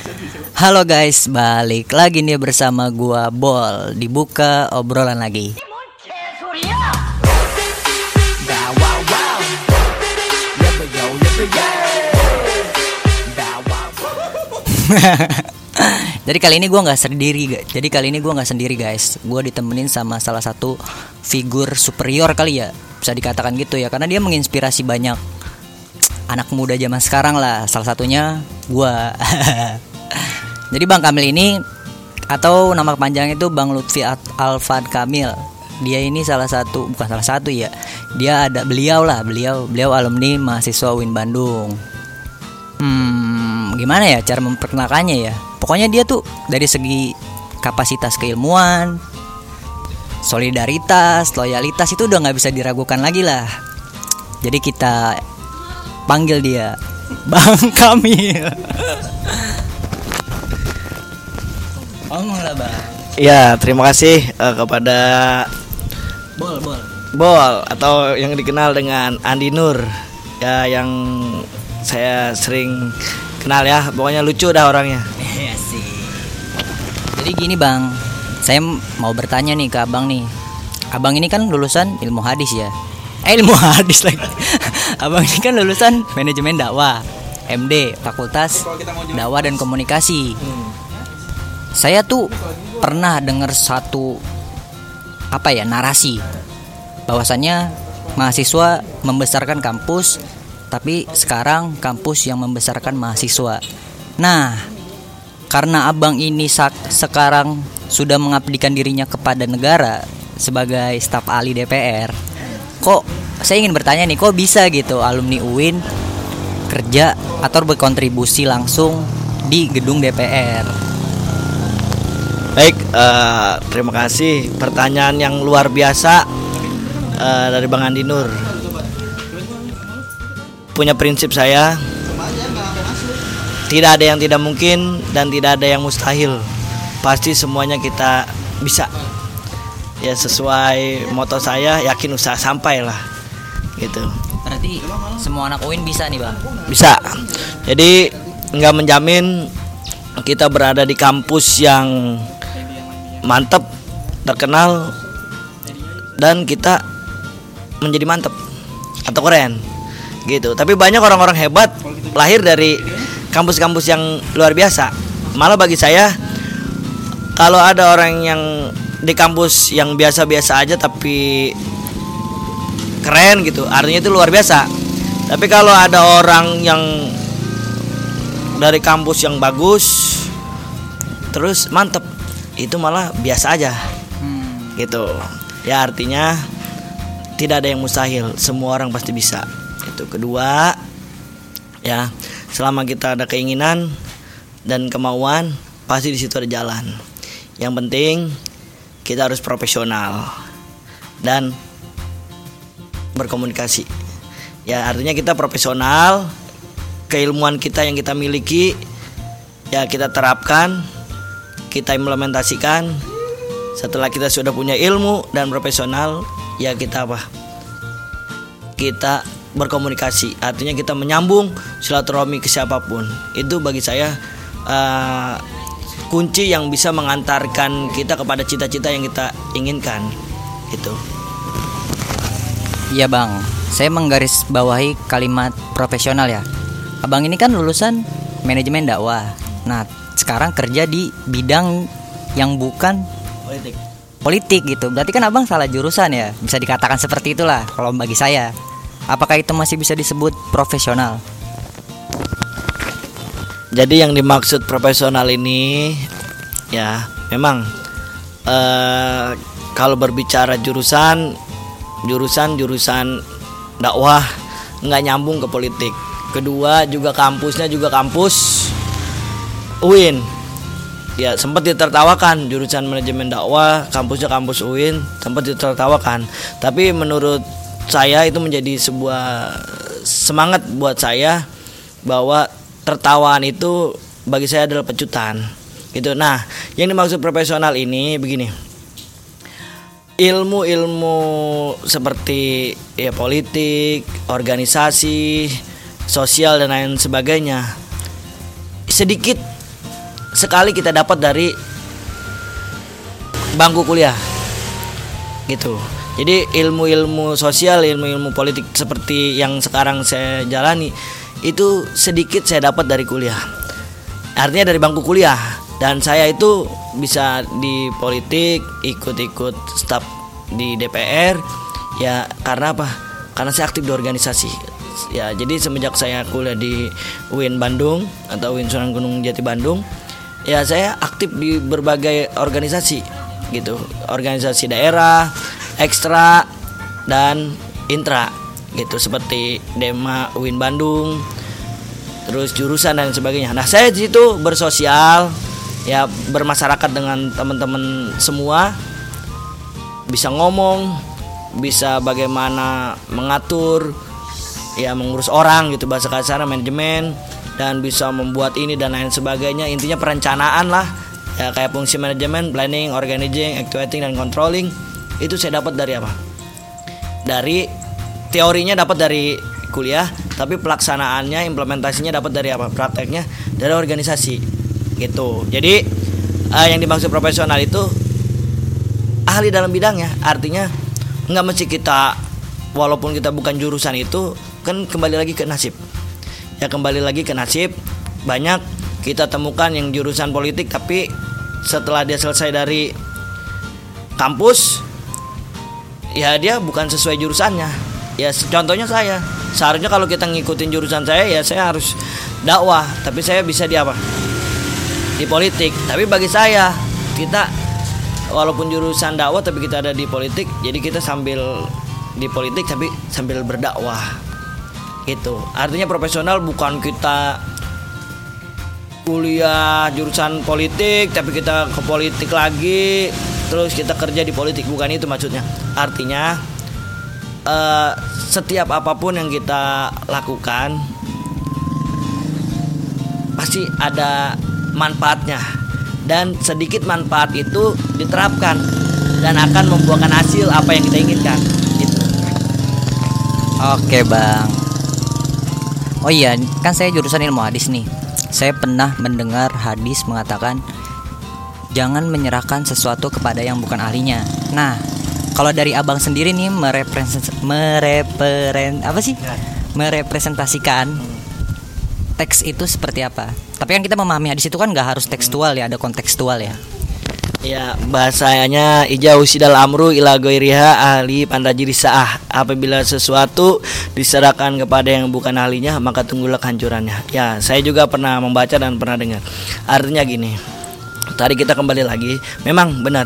Halo guys, balik lagi nih bersama gua Bol. Dibuka obrolan lagi. Jadi kali ini gua nggak sendiri guys. Gua ditemenin sama salah satu figur superior kali ya, bisa dikatakan gitu ya, karena dia menginspirasi banyak anak muda zaman sekarang lah. Salah satunya gua. Jadi Bang Kamil ini, atau nama panjangnya itu Bang Lutfi Alfan Kamil. Dia ini beliau alumni mahasiswa UIN Bandung. Gimana ya cara memperkenalkannya ya? Pokoknya dia tuh dari segi kapasitas keilmuan, solidaritas, loyalitas itu udah nggak bisa diragukan lagi lah. Jadi kita panggil dia Bang Kamil. Ngomong lah Bang. Ya, terima kasih kepada Bol atau yang dikenal dengan Andi Nur ya, yang saya sering kenal ya. Pokoknya lucu dah orangnya. Iya sih. Jadi gini Bang, saya mau bertanya nih ke Abang nih. Abang ini kan lulusan ilmu hadis ya. Ilmu hadis lagi. Abang ini kan lulusan manajemen dakwah, MD, Fakultas Dakwah dan Komunikasi. Saya tuh pernah dengar satu narasi bahwasannya mahasiswa membesarkan kampus, tapi sekarang kampus yang membesarkan mahasiswa. Nah, karena Abang ini sekarang sudah mengabdikan dirinya kepada negara sebagai staf ahli DPR, kok saya ingin bertanya nih, kok bisa gitu alumni UIN kerja atau berkontribusi langsung di gedung DPR? Baik, terima kasih pertanyaan yang luar biasa dari Bang Andi Nur. Punya prinsip saya, tidak ada yang tidak mungkin dan tidak ada yang mustahil. Pasti semuanya kita bisa. Ya, sesuai moto saya, yakin usaha sampai lah gitu. Berarti semua anak UIN bisa nih Bang? Bisa. Jadi nggak menjamin kita berada di kampus yang mantep, terkenal, dan kita menjadi mantep atau keren gitu. Tapi banyak orang-orang hebat lahir dari kampus-kampus yang luar biasa. Malah bagi saya, kalau ada orang yang di kampus yang biasa-biasa aja tapi keren gitu, artinya itu luar biasa. Tapi kalau ada orang yang dari kampus yang bagus terus mantep, itu malah biasa aja gitu ya. Artinya tidak ada yang mustahil, semua orang pasti bisa. Itu kedua ya, selama kita ada keinginan dan kemauan, pasti di situ ada jalan. Yang penting kita harus profesional dan berkomunikasi ya. Artinya kita profesional, keilmuan kita yang kita miliki ya kita terapkan, kita implementasikan. Setelah kita sudah punya ilmu dan profesional, ya kita berkomunikasi. Artinya kita menyambung silaturahmi ke siapapun. Itu bagi saya kunci yang bisa mengantarkan kita kepada cita-cita yang kita inginkan. Itu. Iya Bang, saya menggarisbawahi kalimat profesional ya. Abang ini kan lulusan manajemen dakwah. Nah, sekarang kerja di bidang yang bukan politik gitu. Berarti kan Abang salah jurusan ya. Bisa dikatakan seperti itulah kalau bagi saya. Apakah itu masih bisa disebut profesional? Jadi yang dimaksud profesional ini ya memang kalau berbicara jurusan dakwah nggak nyambung ke politik. Kedua juga kampusnya juga kampus UIN. Ya sempat ditertawakan jurusan manajemen dakwah, kampusnya kampus UIN, sempat ditertawakan. Tapi menurut saya itu menjadi sebuah semangat buat saya bahwa tertawaan itu bagi saya adalah pecutan. Gitu. Nah, yang dimaksud profesional ini begini. Ilmu-ilmu seperti ya politik, organisasi, sosial dan lain sebagainya sedikit sekali kita dapat dari bangku kuliah gitu. Jadi ilmu-ilmu sosial, ilmu-ilmu politik seperti yang sekarang saya jalani itu sedikit saya dapat dari kuliah. Artinya dari bangku kuliah. Dan saya itu bisa di politik, ikut-ikut staf di DPR ya karena apa? Karena saya aktif di organisasi. Ya, jadi semenjak saya kuliah di UIN Bandung atau UIN Sunan Gunung Jati Bandung, ya saya aktif di berbagai organisasi gitu. Organisasi daerah, ekstra dan intra gitu, seperti Dema UIN Bandung, terus jurusan dan sebagainya. Nah, saya di situ bersosial, ya bermasyarakat dengan teman-teman semua, bisa ngomong, bisa bagaimana mengatur, ya mengurus orang gitu, bahasa kasar manajemen, dan bisa membuat ini dan lain sebagainya. Intinya perencanaan lah, ya kayak fungsi manajemen, planning, organizing, actuating dan controlling. Itu saya dapat dari apa? Dari teorinya dapat dari kuliah, tapi pelaksanaannya, implementasinya dapat dari apa? Prakteknya dari organisasi gitu. Jadi yang dimaksud profesional itu ahli dalam bidangnya. Artinya nggak mesti kita, walaupun kita bukan jurusan itu, kan kembali lagi ke nasib. Ya kembali lagi ke nasib. Banyak kita temukan yang jurusan politik, tapi setelah dia selesai dari kampus, ya dia bukan sesuai jurusannya. Ya contohnya saya, seharusnya kalau kita ngikutin jurusan saya, ya saya harus dakwah, tapi saya bisa di apa? Di politik. Tapi bagi saya, kita walaupun jurusan dakwah tapi kita ada di politik, jadi kita sambil di politik tapi sambil berdakwah gitu. Artinya profesional bukan kita kuliah jurusan politik tapi kita ke politik lagi terus kita kerja di politik, bukan itu maksudnya. Artinya setiap apapun yang kita lakukan pasti ada manfaatnya, dan sedikit manfaat itu diterapkan dan akan membuahkan hasil apa yang kita inginkan gitu. Oke bang. Oh iya, kan saya jurusan ilmu hadis nih. Saya pernah mendengar hadis mengatakan jangan menyerahkan sesuatu kepada yang bukan ahlinya. Nah, kalau dari abang sendiri nih merepresentasikan teks itu seperti apa? Tapi kan kita memahami hadis itu kan nggak harus tekstual ya, ada kontekstual ya. Ya, bahasanya ijau sidal amru ila ghairiha ahli pandajiri sa'ah. Apabila sesuatu diserahkan kepada yang bukan ahlinya, maka tunggulah kehancurannya. Ya, saya juga pernah membaca dan pernah dengar. Artinya gini. Tadi kita kembali lagi, memang benar.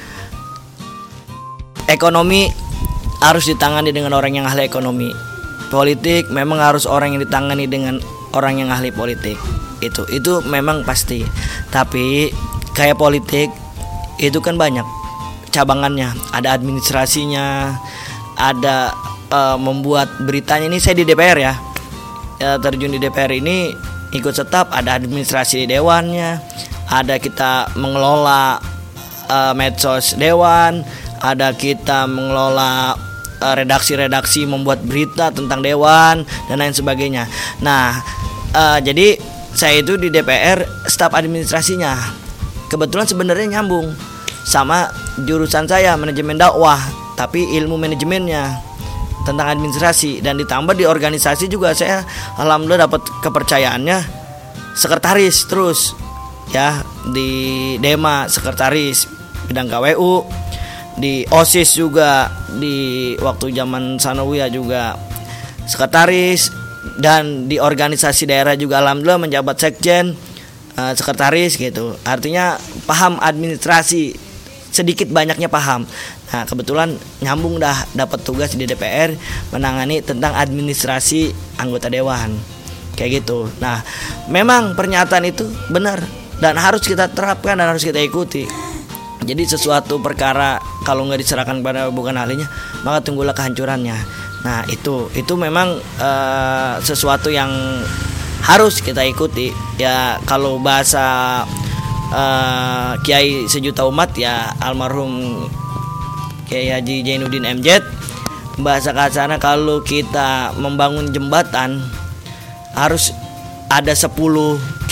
Ekonomi harus ditangani dengan orang yang ahli ekonomi. Politik memang harus orang yang ditangani dengan orang yang ahli politik. Itu memang pasti. Tapi kayak politik itu kan banyak cabangannya, ada administrasinya, ada membuat beritanya. Ini saya di DPR ya, terjun di DPR ini ikut staf, ada administrasi dewannya, ada kita mengelola medsos dewan, ada kita mengelola redaksi-redaksi membuat berita tentang dewan dan lain sebagainya. Nah, jadi saya itu di DPR staf administrasinya. Kebetulan sebenarnya nyambung sama jurusan saya, manajemen dakwah, tapi ilmu manajemennya tentang administrasi, dan ditambah di organisasi juga saya alhamdulillah dapat kepercayaannya sekretaris terus ya, di Dema sekretaris bidang KWU, di OSIS juga, di waktu zaman Sanawiyah juga sekretaris, dan di organisasi daerah juga alhamdulillah menjabat sekjen, sekretaris gitu. Artinya paham administrasi, sedikit banyaknya paham. Nah, kebetulan nyambung dah dapat tugas di DPR menangani tentang administrasi anggota dewan kayak gitu. Nah, memang pernyataan itu benar dan harus kita terapkan dan harus kita ikuti. Jadi sesuatu perkara kalau nggak diserahkan pada bukan ahlinya, maka tunggulah kehancurannya. Nah, itu memang sesuatu yang harus kita ikuti ya. Kalau bahasa Kiai sejuta umat ya almarhum Kiai Haji Zainuddin MZ, bahasa kasarnya kalau kita membangun jembatan harus ada 10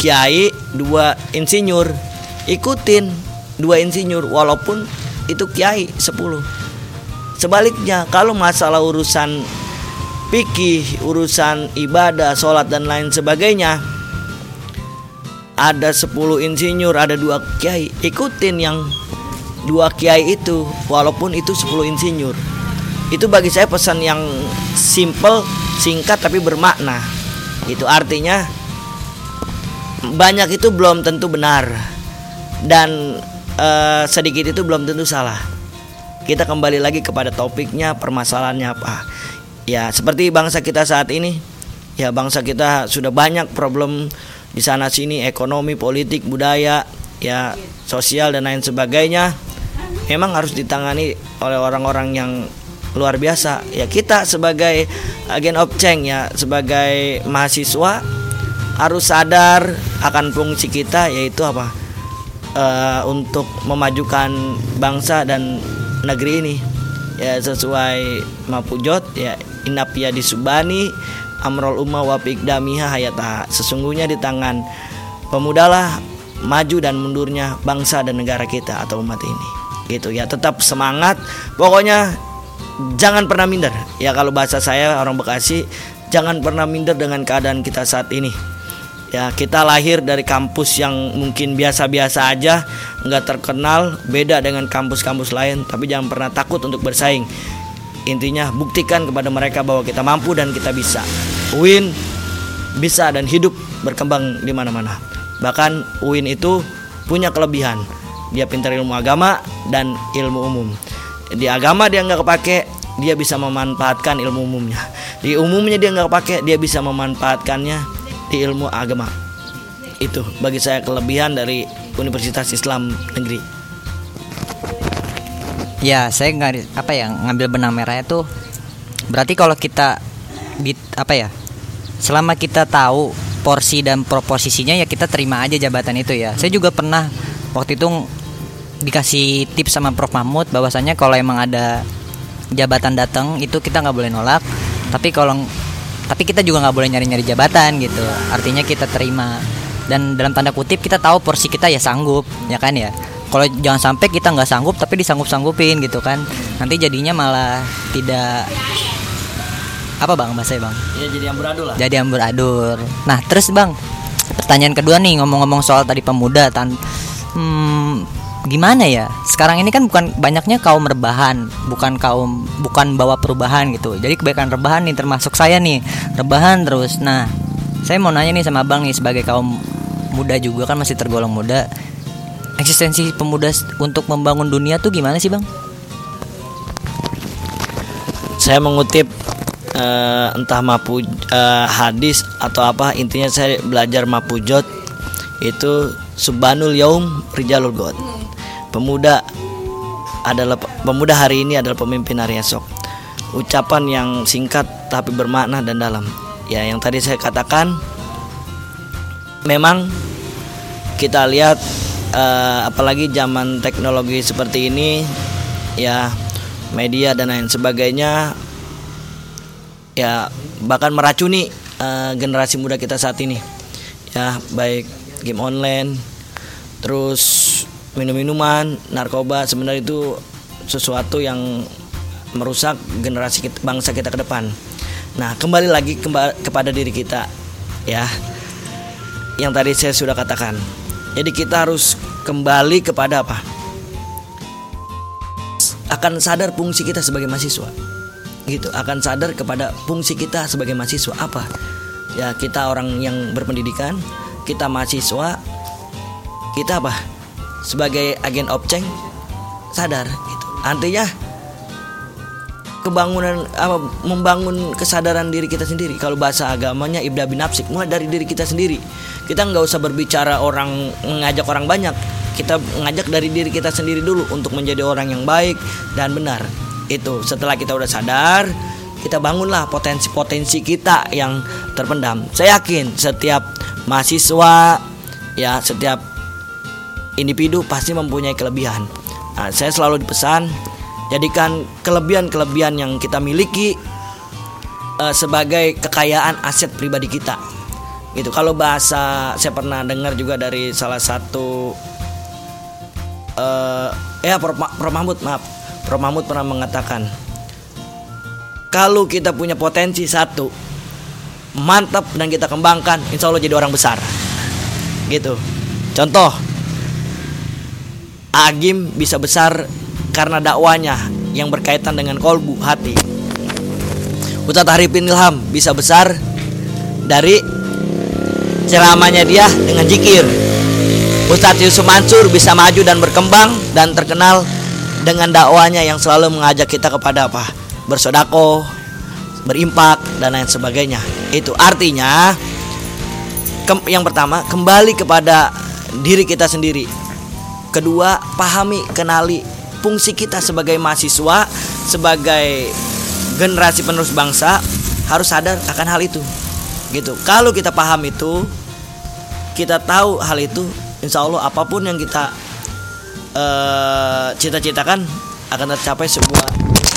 kiai, 2 insinyur. Ikutin 2 insinyur walaupun itu kiai 10. Sebaliknya kalau masalah urusan fikih, urusan ibadah, sholat dan lain sebagainya, ada 10 insinyur, ada 2 kiai, ikutin yang 2 kiai itu walaupun itu 10 insinyur. Itu bagi saya pesan yang simple, singkat tapi bermakna. Itu artinya banyak itu belum tentu benar, dan sedikit itu belum tentu salah. Kita kembali lagi kepada topiknya, permasalahannya apa. Ya seperti bangsa kita saat ini, ya bangsa kita sudah banyak problem di sana sini, ekonomi, politik, budaya, ya sosial dan lain sebagainya. Memang harus ditangani oleh orang-orang yang luar biasa. Ya kita sebagai agen of change, ya sebagai mahasiswa harus sadar akan fungsi kita, yaitu apa? Untuk memajukan bangsa dan negeri ini. Ya sesuai Mapujot, ya inapia disubani amrol umma wa fiqdamiha hayata. Sesungguhnya di tangan pemudalah maju dan mundurnya bangsa dan negara kita atau umat ini. Gitu ya, tetap semangat. Pokoknya jangan pernah minder. Ya kalau bahasa saya orang Bekasi, jangan pernah minder dengan keadaan kita saat ini. Ya kita lahir dari kampus yang mungkin biasa-biasa aja, nggak terkenal, beda dengan kampus-kampus lain. Tapi jangan pernah takut untuk bersaing. Intinya buktikan kepada mereka bahwa kita mampu dan kita bisa. UIN bisa dan hidup berkembang di mana-mana. Bahkan UIN itu punya kelebihan, dia pintar ilmu agama dan ilmu umum. Di agama dia nggak kepake, dia bisa memanfaatkan ilmu umumnya. Di umumnya dia nggak kepake, dia bisa memanfaatkannya di ilmu agama. Itu bagi saya kelebihan dari Universitas Islam Negeri. Ya saya ngambil benang merahnya tuh, berarti kalau kita selama kita tahu porsi dan proposisinya, ya kita terima aja jabatan itu ya. Saya juga pernah waktu itu dikasih tips sama Prof Mahmud bahwasanya kalau emang ada jabatan datang itu kita nggak boleh nolak, tapi kita juga nggak boleh nyari-nyari jabatan gitu. Artinya kita terima, dan dalam tanda kutip kita tahu porsi kita ya sanggup, ya kan ya. Kalau jangan sampai kita nggak sanggup tapi disanggup-sanggupin gitu kan, nanti jadinya malah tidak bahasanya bang? Ya jadi amburadul lah. Jadi amburadul. Nah terus bang, pertanyaan kedua nih, ngomong-ngomong soal tadi pemuda, gimana ya? Sekarang ini kan banyaknya kaum rebahan, bukan bawa perubahan gitu. Jadi kebanyakan rebahan nih, termasuk saya nih, rebahan terus. Nah, saya mau nanya nih sama Abang nih, sebagai kaum muda juga kan, masih tergolong muda. Eksistensi pemuda untuk membangun dunia tuh gimana sih, Bang? Saya mengutip entah hadis atau apa, intinya saya belajar Mapujot itu subhanul yaum rijalul god. Pemuda hari ini adalah pemimpin hari esok. Ucapan yang singkat tapi bermakna dan dalam. Ya yang tadi saya katakan, memang kita lihat apalagi zaman teknologi seperti ini, ya media dan lain sebagainya, ya bahkan meracuni generasi muda kita saat ini. Ya baik game online, terus minum-minuman, narkoba, sebenarnya itu sesuatu yang merusak generasi bangsa kita ke depan. Nah, kembali lagi kepada diri kita, ya. Yang tadi saya sudah katakan. Jadi kita harus kembali kepada apa? Akan sadar fungsi kita sebagai mahasiswa. Gitu, akan sadar kepada fungsi kita sebagai mahasiswa apa? Ya, kita orang yang berpendidikan, kita mahasiswa, kita apa? Sebagai agen of change, sadar gitu. Artinya membangun kesadaran diri kita sendiri. Kalau bahasa agamanya ibda binafsik, mulai dari diri kita sendiri. Kita nggak usah berbicara mengajak orang banyak. Kita mengajak dari diri kita sendiri dulu untuk menjadi orang yang baik dan benar. Itu setelah kita udah sadar, kita bangunlah potensi-potensi kita yang terpendam. Saya yakin setiap mahasiswa, ya setiap individu pasti mempunyai kelebihan. Nah, saya selalu dipesan, jadikan kelebihan-kelebihan yang kita miliki sebagai kekayaan aset pribadi kita. Gitu. Kalau bahasa saya pernah dengar juga dari salah satu Prof Mahmud pernah mengatakan, kalau kita punya potensi satu mantap dan kita kembangkan, insya Allah jadi orang besar. Gitu. Contoh, Agim bisa besar karena dakwanya yang berkaitan dengan kolbu, hati. Ustadz Arifin Ilham bisa besar dari ceramahnya dia dengan zikir. Ustadz Yusuf Mansur bisa maju dan berkembang dan terkenal dengan dakwanya yang selalu mengajak kita kepada apa? Bersedekah, berimpak dan lain sebagainya. Itu artinya yang pertama, kembali kepada diri kita sendiri. Kedua, pahami, kenali fungsi kita sebagai mahasiswa, sebagai generasi penerus bangsa, harus sadar akan hal itu. Gitu. Kalau kita paham itu, kita tahu hal itu, insya Allah apapun yang kita cita-citakan akan tercapai sebuah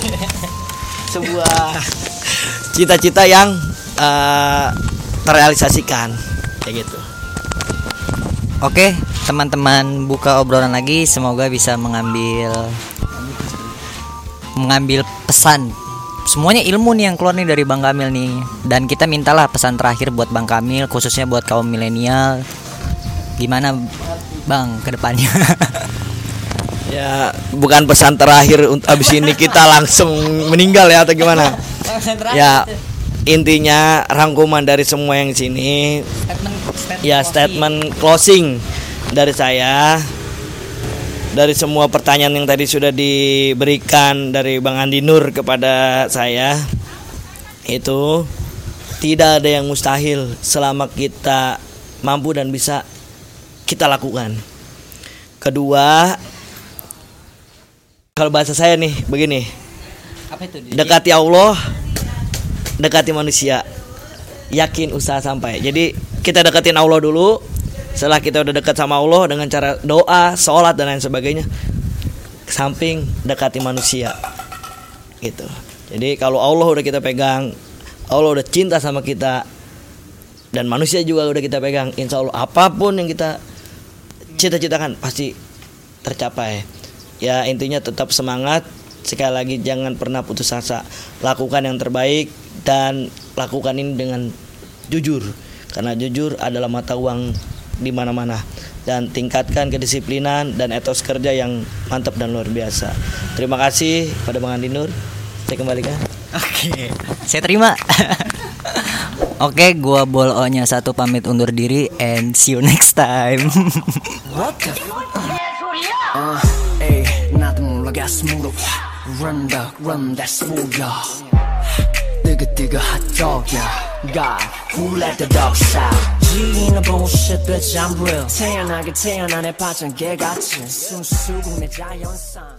cita-cita yang terrealisasikan, kayak gitu. Oke, teman-teman, buka obrolan lagi, semoga bisa mengambil pesan. Semuanya ilmu nih yang keluar nih dari Bang Kamil nih. Dan kita mintalah pesan terakhir buat Bang Kamil, khususnya buat kaum milenial. Gimana Bang ke depannya? Ya, bukan pesan terakhir abis ini kita langsung meninggal ya atau gimana? Ya, intinya rangkuman dari semua yang sini, statement closing dari saya. Dari semua pertanyaan yang tadi sudah diberikan dari Bang Andi Nur kepada saya, itu tidak ada yang mustahil selama kita mampu dan bisa kita lakukan. Kedua, kalau bahasa saya nih begini, apa itu? Dekati Allah, dekati manusia, yakin usaha sampai. Jadi kita deketin Allah dulu. Setelah kita udah dekat sama Allah dengan cara doa, sholat dan lain sebagainya, samping dekati manusia, gitu. Jadi kalau Allah udah kita pegang, Allah udah cinta sama kita, dan manusia juga udah kita pegang, insya Allah apapun yang kita cita-citakan pasti tercapai. Ya, intinya tetap semangat. Sekali lagi jangan pernah putus asa. Lakukan yang terbaik dan lakukan ini dengan jujur, karena jujur adalah mata uang di mana-mana. Dan tingkatkan kedisiplinan dan etos kerja yang mantap dan luar biasa. Terima kasih pada Bang Andi Nur. Saya kembalikan. Oke, saya terima. Oke, gua Bolonya satu pamit undur diri and see you next time. God, who let the dogs out? 지인은 bullshit, bitch, I'm real. 태어나게 태어난 애 파전 개같이 숨 쉬고 내 자연상